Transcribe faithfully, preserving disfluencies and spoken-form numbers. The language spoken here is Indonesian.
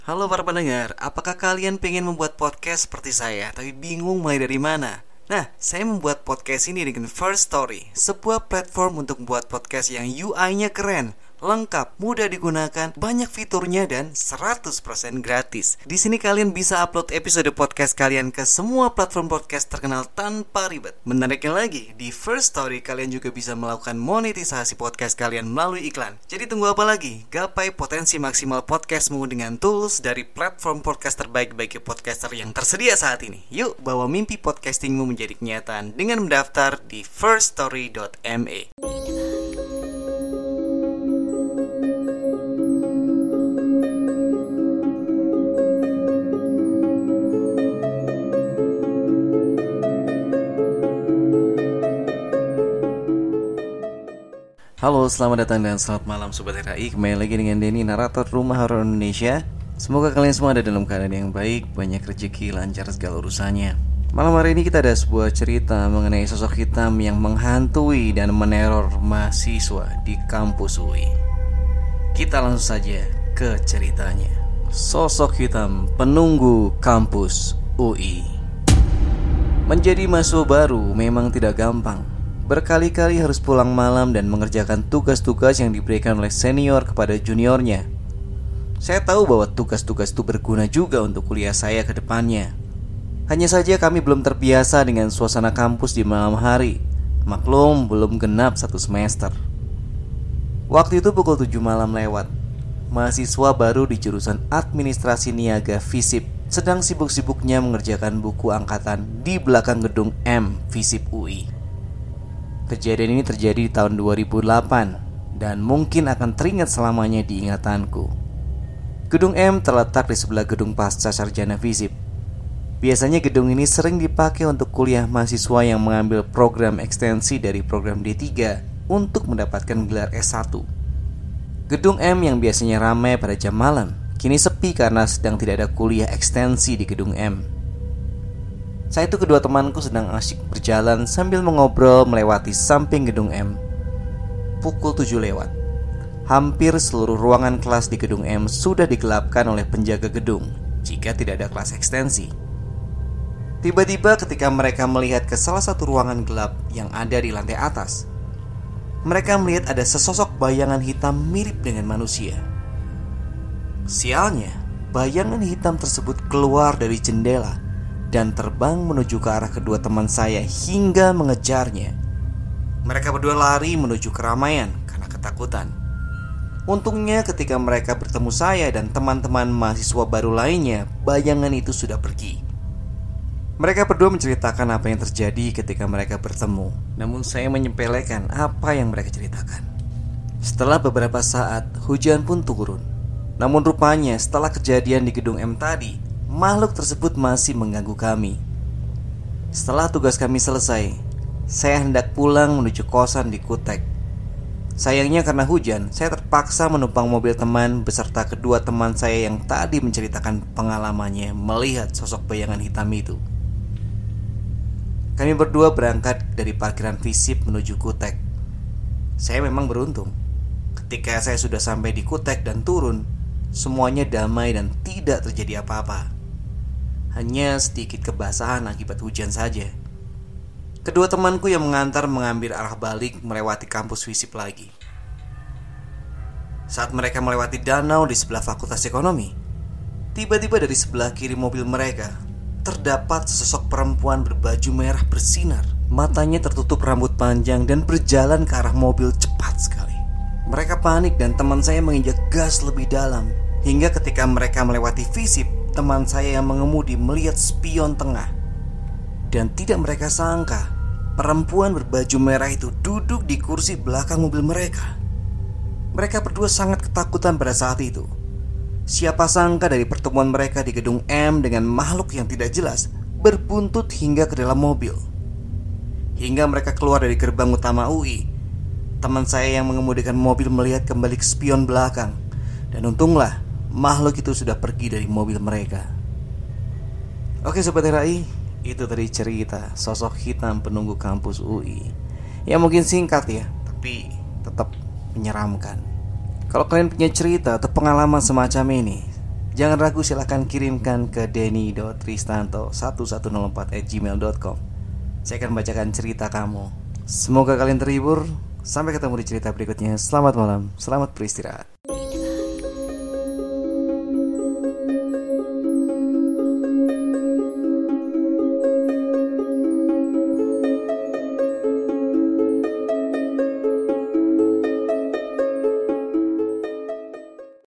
Halo para pendengar, apakah kalian pengen membuat podcast seperti saya, tapi bingung mulai dari mana? Nah, saya membuat podcast ini dengan First Story, sebuah platform untuk membuat podcast yang U I-nya keren, lengkap, mudah digunakan, banyak fiturnya dan seratus persen gratis. Di sini kalian bisa upload episode podcast kalian ke semua platform podcast terkenal tanpa ribet. Menariknya lagi, di First Story kalian juga bisa melakukan monetisasi podcast kalian melalui iklan. Jadi tunggu apa lagi? Gapai potensi maksimal podcastmu dengan tools dari platform podcast terbaik bagi podcaster yang tersedia saat ini. Yuk, bawa mimpi podcastingmu menjadi kenyataan dengan mendaftar di first story dot m e. Halo, selamat datang dan selamat malam Sobat R A I. Kembali lagi dengan Denny, narator Rumah Horor Indonesia. Semoga kalian semua ada dalam keadaan yang baik, banyak rezeki, lancar segala urusannya. Malam hari ini kita ada sebuah cerita mengenai sosok hitam yang menghantui dan meneror mahasiswa di kampus U I. Kita langsung saja ke ceritanya. Sosok hitam penunggu kampus U I. Menjadi mahasiswa baru memang tidak gampang. Berkali-kali harus pulang malam dan mengerjakan tugas-tugas yang diberikan oleh senior kepada juniornya. Saya tahu bahwa tugas-tugas itu berguna juga untuk kuliah saya ke depannya. Hanya saja kami belum terbiasa dengan suasana kampus di malam hari. Maklum, belum genap satu semester. Waktu itu pukul tujuh malam lewat. Mahasiswa baru di jurusan Administrasi Niaga FISIP sedang sibuk-sibuknya mengerjakan buku angkatan di belakang gedung M FISIP U I. Kejadian ini terjadi di tahun dua ribu delapan dan mungkin akan teringat selamanya di ingatanku. Gedung M terletak di sebelah gedung Pasca Sarjana FISIP. Biasanya gedung ini sering dipakai untuk kuliah mahasiswa yang mengambil program ekstensi dari program D tiga untuk mendapatkan gelar S satu. Gedung M yang biasanya ramai pada jam malam kini sepi karena sedang tidak ada kuliah ekstensi di gedung M. Saya itu kedua temanku sedang asyik berjalan sambil mengobrol melewati samping gedung M. Pukul tujuh lewat. Hampir seluruh ruangan kelas di gedung M sudah digelapkan oleh penjaga gedung jika tidak ada kelas ekstensi. Tiba-tiba ketika mereka melihat ke salah satu ruangan gelap yang ada di lantai atas, mereka melihat ada sesosok bayangan hitam mirip dengan manusia. Sialnya, bayangan hitam tersebut keluar dari jendela dan terbang menuju ke arah kedua teman saya hingga mengejarnya. Mereka berdua lari menuju keramaian karena ketakutan. Untungnya ketika mereka bertemu saya dan teman-teman mahasiswa baru lainnya, bayangan itu sudah pergi. Mereka berdua menceritakan apa yang terjadi ketika mereka bertemu. Namun saya menyepelekan apa yang mereka ceritakan. Setelah beberapa saat, hujan pun turun. Namun rupanya setelah kejadian di gedung M tadi, makhluk tersebut masih mengganggu kami. Setelah tugas kami selesai, saya hendak pulang menuju kosan di Kutek. Sayangnya karena hujan, saya terpaksa menumpang mobil teman beserta kedua teman saya yang tadi menceritakan pengalamannya melihat sosok bayangan hitam itu. Kami berdua berangkat dari parkiran FISIP menuju Kutek. Saya memang beruntung. Ketika saya sudah sampai di Kutek dan turun, semuanya damai dan tidak terjadi apa-apa. Hanya sedikit kebasahan akibat hujan saja. Kedua temanku yang mengantar mengambil arah balik melewati kampus FISIP lagi. Saat mereka melewati danau di sebelah Fakultas Ekonomi, tiba-tiba dari sebelah kiri mobil mereka terdapat sesosok perempuan berbaju merah bersinar. Matanya tertutup rambut panjang dan berjalan ke arah mobil cepat sekali. Mereka panik dan teman saya menginjak gas lebih dalam. Hingga ketika mereka melewati FISIP, teman saya yang mengemudi melihat spion tengah. Dan tidak mereka sangka, perempuan berbaju merah itu duduk di kursi belakang mobil mereka. Mereka berdua sangat ketakutan pada saat itu. Siapa sangka dari pertemuan mereka di gedung M dengan makhluk yang tidak jelas berbuntut hingga ke dalam mobil. Hingga mereka keluar dari gerbang utama U I, teman saya yang mengemudikan mobil melihat kembali ke spion belakang. Dan untunglah makhluk itu sudah pergi dari mobil mereka. Oke Sobat R A I, itu tadi cerita sosok hitam penunggu kampus U I. Ya mungkin singkat ya, tapi tetap menyeramkan. Kalau kalian punya cerita atau pengalaman semacam ini, Jangan ragu, silahkan kirimkan ke denny dot tristanto satu satu nol empat at gmail dot com. Saya akan bacakan cerita kamu. Semoga kalian terhibur. Sampai ketemu di cerita berikutnya. Selamat malam, selamat beristirahat.